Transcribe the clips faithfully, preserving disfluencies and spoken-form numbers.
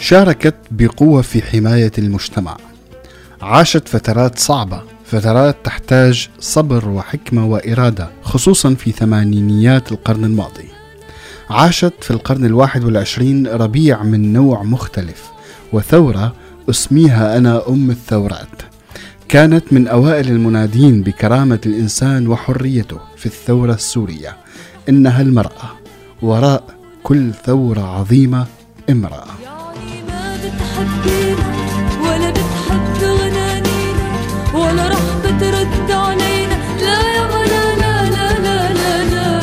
شاركت بقوة في حماية المجتمع، عاشت فترات صعبة، فترات تحتاج صبر وحكمة وإرادة، خصوصا في ثمانينيات القرن الماضي. عاشت في القرن الواحد والعشرين ربيع من نوع مختلف، وثورة أسميها أنا أم الثورات. كانت من أوائل المنادين بكرامة الإنسان وحريته في الثورة السورية. إنها المرأة، وراء كل ثورة عظيمة امرأة. يعني ما بتحبينا ولا بتحب غنانينا ولا رح بترد علينا، لا يا ولا لا لا لا لا لا.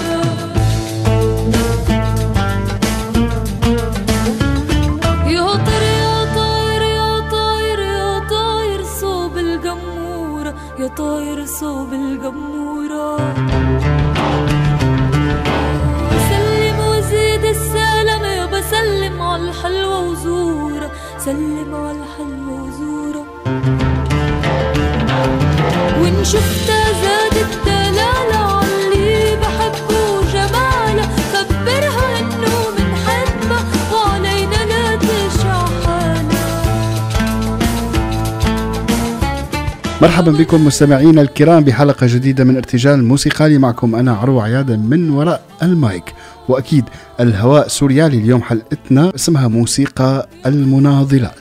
يا طير يا طاير يا طاير يا طاير صوب الجمورة، يا طاير صوب الجمورة. سلم وزيد السلام يا بسلم على الحلوة وزورة، سلم على الحلوة وزورة. وإن شفتها زادت دلالة عاللي بحبه وجمالة، خبرها إنه منحبها وعلينا لا تشع حالها. مرحبا بكم مستمعينا الكرام بحلقة جديدة من ارتجال موسيقالي. معكم أنا عروة عيادة من وراء المايك، وأكيد الهواء سوريالي. اليوم حلقتنا اسمها موسيقى المناضلات.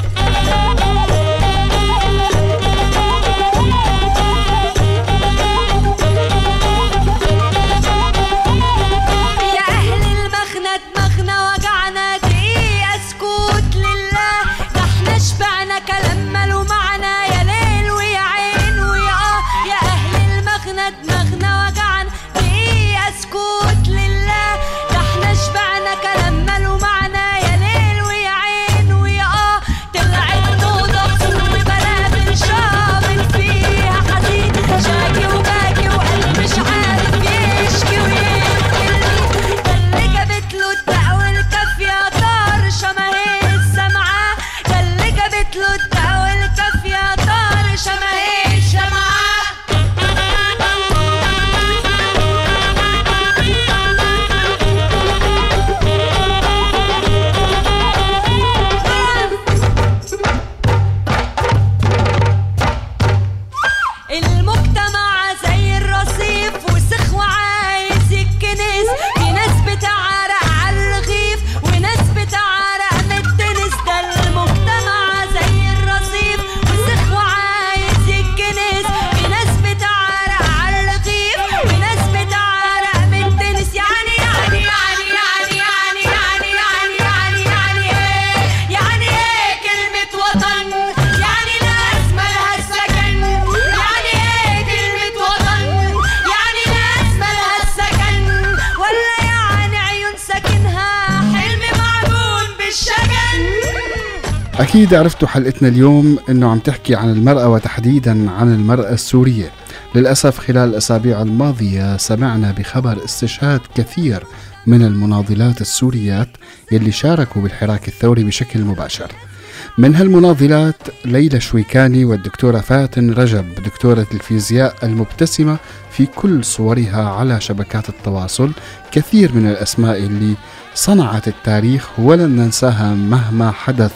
أكيد عرفتوا حلقتنا اليوم أنه عم تحكي عن المرأة، وتحديدا عن المرأة السورية. للأسف خلال الأسابيع الماضية سمعنا بخبر استشهاد كثير من المناضلات السوريات يلي شاركوا بالحراك الثوري بشكل مباشر. من هالمناضلات ليلى شويكاني والدكتورة فاتن رجب، دكتورة الفيزياء المبتسمة في كل صورها على شبكات التواصل. كثير من الأسماء اللي صنعت التاريخ ولن ننساها مهما حدث.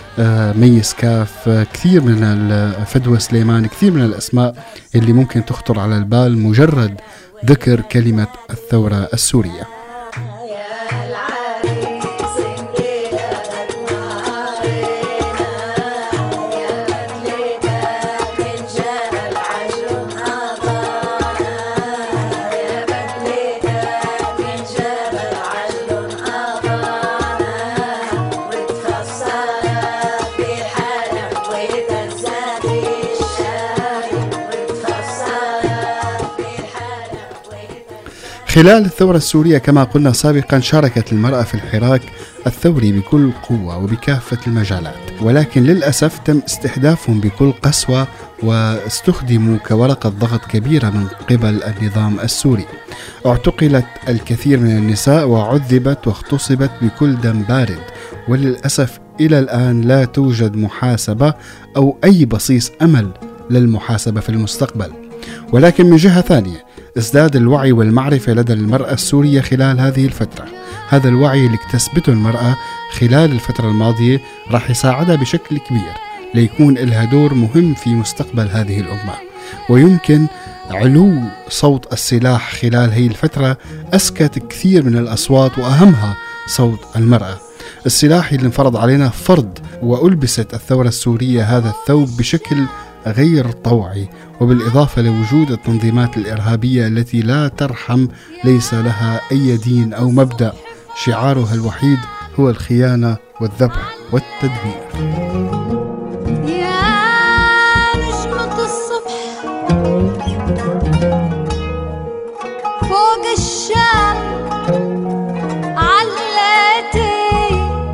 ميس كاف، كثير من فدوى سليمان، كثير من الأسماء اللي ممكن تخطر على البال مجرد ذكر كلمة الثورة السورية. خلال الثورة السورية كما قلنا سابقا شاركت المرأة في الحراك الثوري بكل قوة وبكافة المجالات، ولكن للأسف تم استهدافهم بكل قسوة واستخدموا كورقة ضغط كبيرة من قبل النظام السوري. اعتقلت الكثير من النساء وعذبت واغتصبت بكل دم بارد، وللأسف إلى الآن لا توجد محاسبة أو أي بصيص أمل للمحاسبة في المستقبل. ولكن من جهة ثانية ازداد الوعي والمعرفة لدى المرأة السورية خلال هذه الفترة، هذا الوعي اللي اكتسبته المرأة خلال الفترة الماضية راح يساعدها بشكل كبير ليكون لها دور مهم في مستقبل هذه الأمة. ويمكن علو صوت السلاح خلال هي الفترة أسكت كثير من الأصوات، وأهمها صوت المرأة. السلاح اللي انفرض علينا فرض، وألبست الثورة السورية هذا الثوب بشكل غير طوعي، وبالإضافة لوجود التنظيمات الإرهابية التي لا ترحم، ليس لها أي دين أو مبدأ، شعارها الوحيد هو الخيانة والذبح والتدمير. فوق الشام عليتي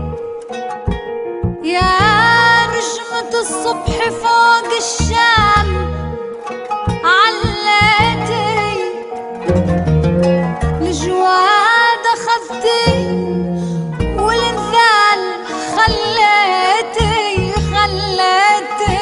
يا نجمة الصبح، فوق الشام عليتي الجواد أخذتي والانذال خليتي خليتي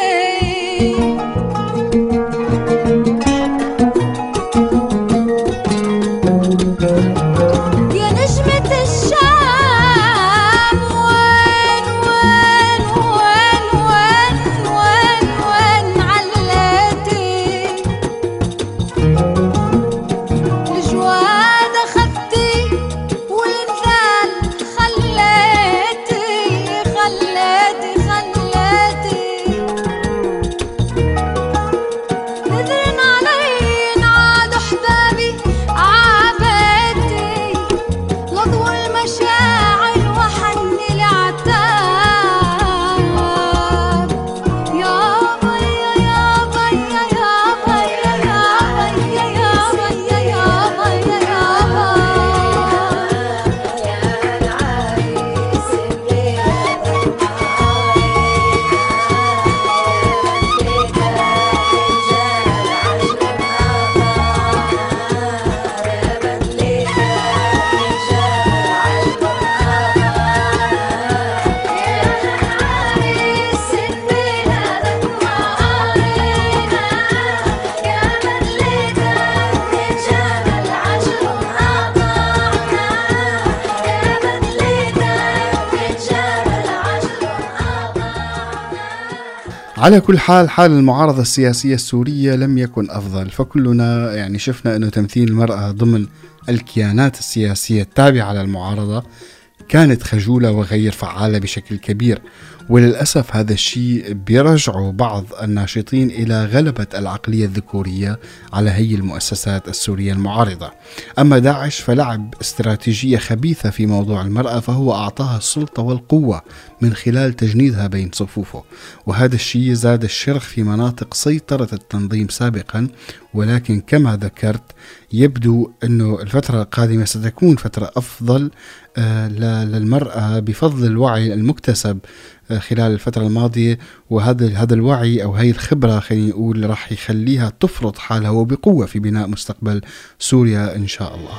على كل حال، حال المعارضة السياسية السورية لم يكن أفضل، فكلنا يعني شفنا أنه تمثيل المرأة ضمن الكيانات السياسية التابعة للمعارضة كانت خجولة وغير فعالة بشكل كبير. وللأسف هذا الشيء بيرجعوا بعض الناشطين إلى غلبة العقلية الذكورية على هي المؤسسات السورية المعارضة. أما داعش فلعب استراتيجية خبيثة في موضوع المرأة، فهو أعطاها السلطة والقوة من خلال تجنيدها بين صفوفه، وهذا الشيء زاد الشرخ في مناطق سيطرة التنظيم سابقا. ولكن كما ذكرت يبدو أنه الفترة القادمة ستكون فترة أفضل للمرأة بفضل الوعي المكتسب خلال الفترة الماضية، وهذا هذا الوعي أو هاي الخبرة خلينا نقول راح يخليها تفرض حالها وبقوة في بناء مستقبل سوريا إن شاء الله.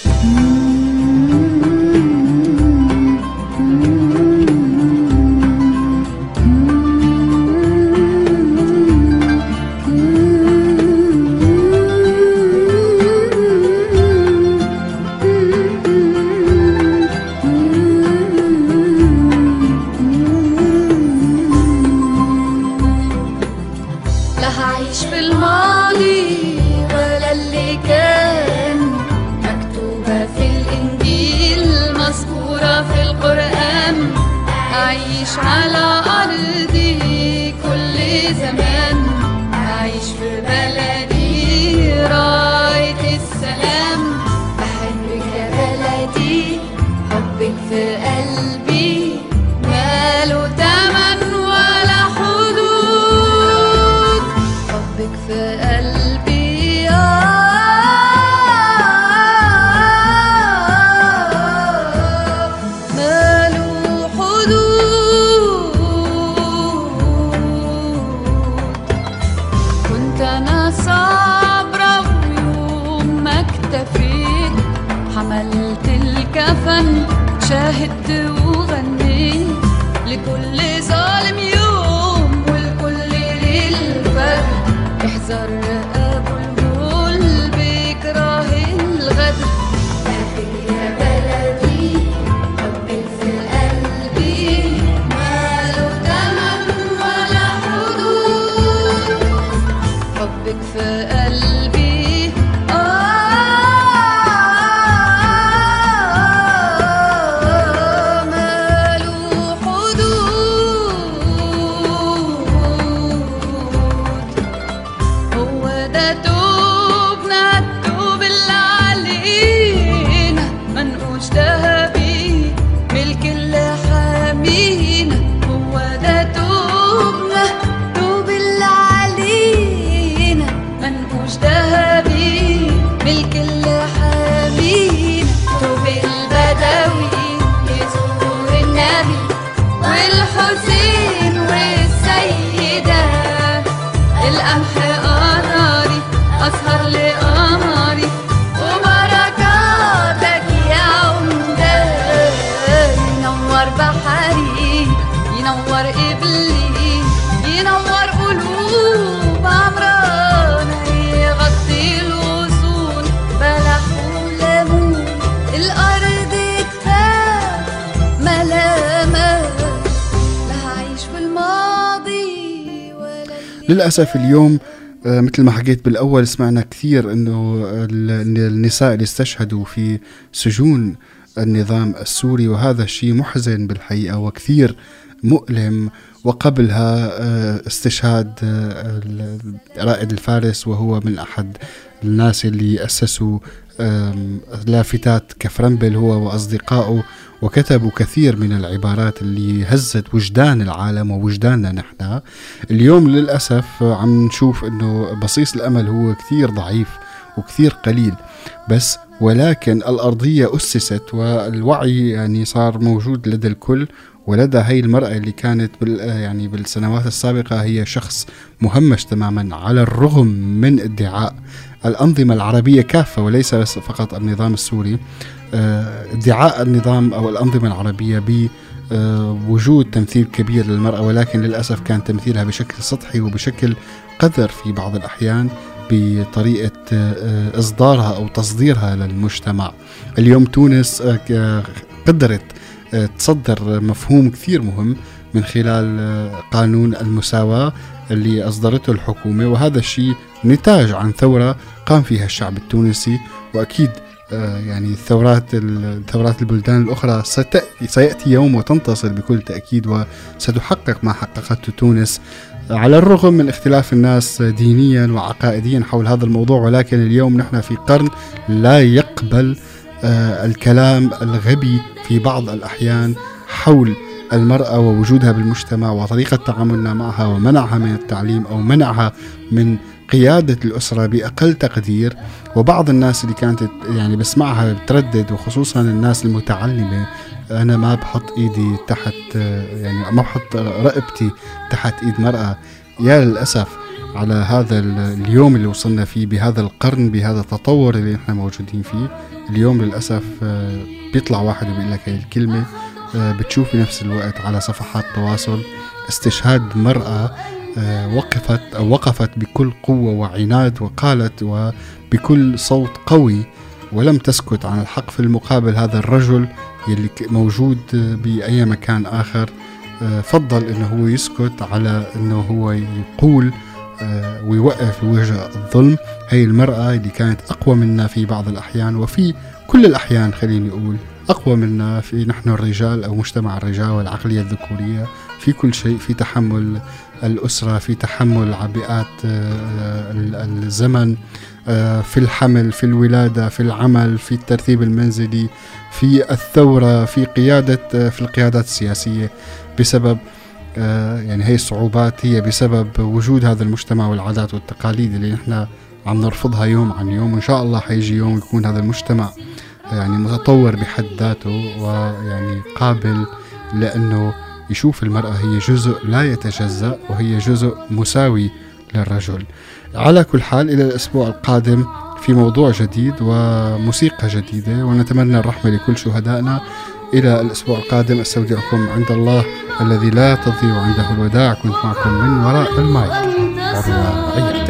على أرضي كل زمان، أعيش في بلدي راية السلام. بحبك يا بلدي، حبك في قلبي ماله تمن ولا حدود. حبك في قلبي آه ماله حدود. أنا صابرة ويوم ما اكتفيت حملت الكفن، شاهدت وغنيت لكل ظالم يوم ولكل للفرد. احذر أبو الهول بيكره الغدر. لكن يا بلدي للأسف اليوم مثل ما حكيت بالأول سمعنا كثير أنه النساء اللي استشهدوا في سجون النظام السوري، وهذا الشيء محزن بالحقيقة وكثير مؤلم. وقبلها استشهاد رائد الفارس، وهو من أحد الناس اللي أسسوا لافتات كفرنبل هو وأصدقائه، وكتبوا كثير من العبارات اللي هزت وجدان العالم ووجداننا نحن. اليوم للأسف عم نشوف أنه بصيص الأمل هو كثير ضعيف وكثير قليل، بس ولكن الأرضية أسست والوعي يعني صار موجود لدى الكل. ولدى هاي المرأة اللي كانت بال يعني بالسنوات السابقة هي شخص مهمش تماما، على الرغم من ادعاء الأنظمة العربية كافة وليس فقط النظام السوري، ادعاء النظام أو الأنظمة العربية بوجود تمثيل كبير للمرأة، ولكن للأسف كان تمثيلها بشكل سطحي وبشكل قذر في بعض الأحيان بطريقة إصدارها أو تصديرها للمجتمع. اليوم تونس قدرت تصدر مفهوم كثير مهم من خلال قانون المساواة اللي أصدرته الحكومة، وهذا الشيء نتاج عن ثورة قام فيها الشعب التونسي. وأكيد يعني الثورات الثورات البلدان الأخرى سيأتي يوم وتنتصر بكل تأكيد، وستحقق ما حققته تونس على الرغم من اختلاف الناس دينيا وعقائديا حول هذا الموضوع. ولكن اليوم نحن في قرن لا يقبل الكلام الغبي في بعض الأحيان حول المرأة ووجودها بالمجتمع وطريقة تعاملنا معها، ومنعها من التعليم أو منعها من قيادة الأسرة بأقل تقدير. وبعض الناس اللي كانت يعني بسمعها بتردد، وخصوصا الناس المتعلمة، أنا ما بحط إيدي تحت يعني ما بحط رقبتي تحت إيد مرأة. يا للأسف على هذا اليوم اللي وصلنا فيه بهذا القرن، بهذا التطور اللي نحن موجودين فيه اليوم. للأسف بيطلع واحد وبيقول لك هاي الكلمة، بتشوف بنفس الوقت على صفحات التواصل استشهاد مرأة وقفت أو وقفت بكل قوة وعناد، وقالت وبكل صوت قوي ولم تسكت عن الحق. في المقابل هذا الرجل يلي موجود بأي مكان آخر فضل أنه هو يسكت على أنه هو يقول ويوقف وجه الظلم. هي المرأة اللي كانت أقوى منا في بعض الأحيان، وفي كل الأحيان خليني أقول أقوى منا في نحن الرجال أو مجتمع الرجال والعقلية الذكورية في كل شيء، في تحمل الأسرة، في تحمل عبئات الزمن، في الحمل، في الولادة، في العمل، في الترتيب المنزلي، في الثورة، في قيادة في القيادات السياسية. بسبب يعني هي الصعوبات هي بسبب وجود هذا المجتمع والعادات والتقاليد اللي نحن عم نرفضها يوم عن يوم. وإن شاء الله حيجي يوم يكون هذا المجتمع يعني متطور بحد ذاته ويعني قابل لأنه يشوف المرأة هي جزء لا يتجزأ وهي جزء مساوي للرجل. على كل حال إلى الأسبوع القادم في موضوع جديد وموسيقى جديدة، ونتمنى الرحمة لكل شهدائنا. إلى الأسبوع القادم أستودعكم عند الله الذي لا تضيع عنده الوداع. كنت معكم من وراء المايك عروة عيادة.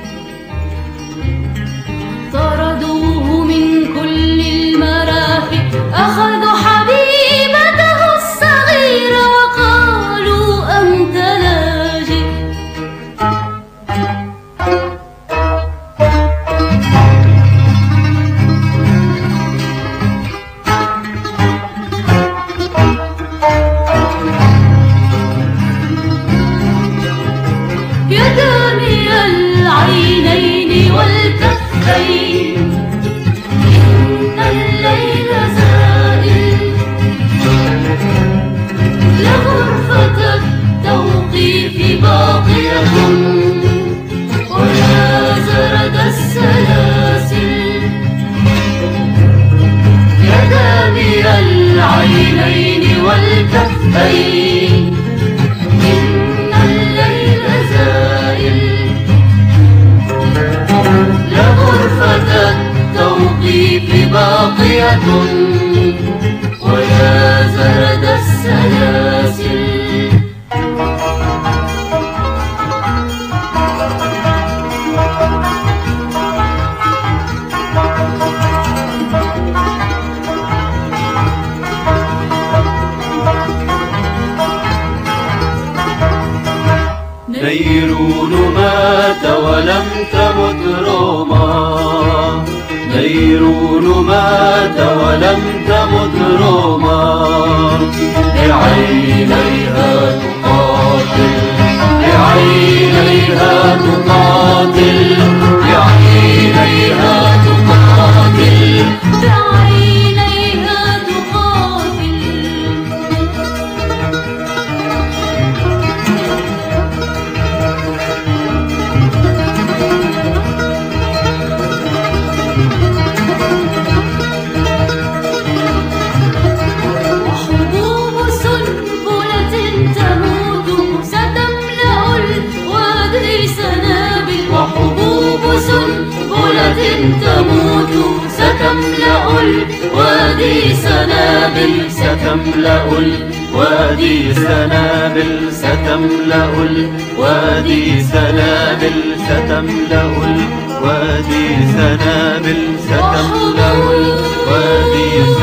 طردوه من كل المرافق، أخذوا حبيبته الصغيرة وقالوا أنت لاجئ. يا دامي العينين والكفين، إن الليل زائل لغرفة التوقيف باقية، ولا زرد السلاسل. يا دامي العينين والكفين، إن الليل زائل لغرفة التوقيف باقية، ولا زرد السلاسل. نير نيرون مات ولم تمت روما، نيرون مات ولم تمت روما، بعينيها تقاتل، بعينيها تقاتل، بعينيها تقاتل، بعينيها تقاتل. وحبوب سنبلة تموت ستملأ الوادي سنابل، وحبوب سنبلة تموت ستملأ الوادي سنابل، ستملأ الوادي سنابل، ستملأ الوادي سنابل، ستملأ الوادي سنابل، ستملأ الوادي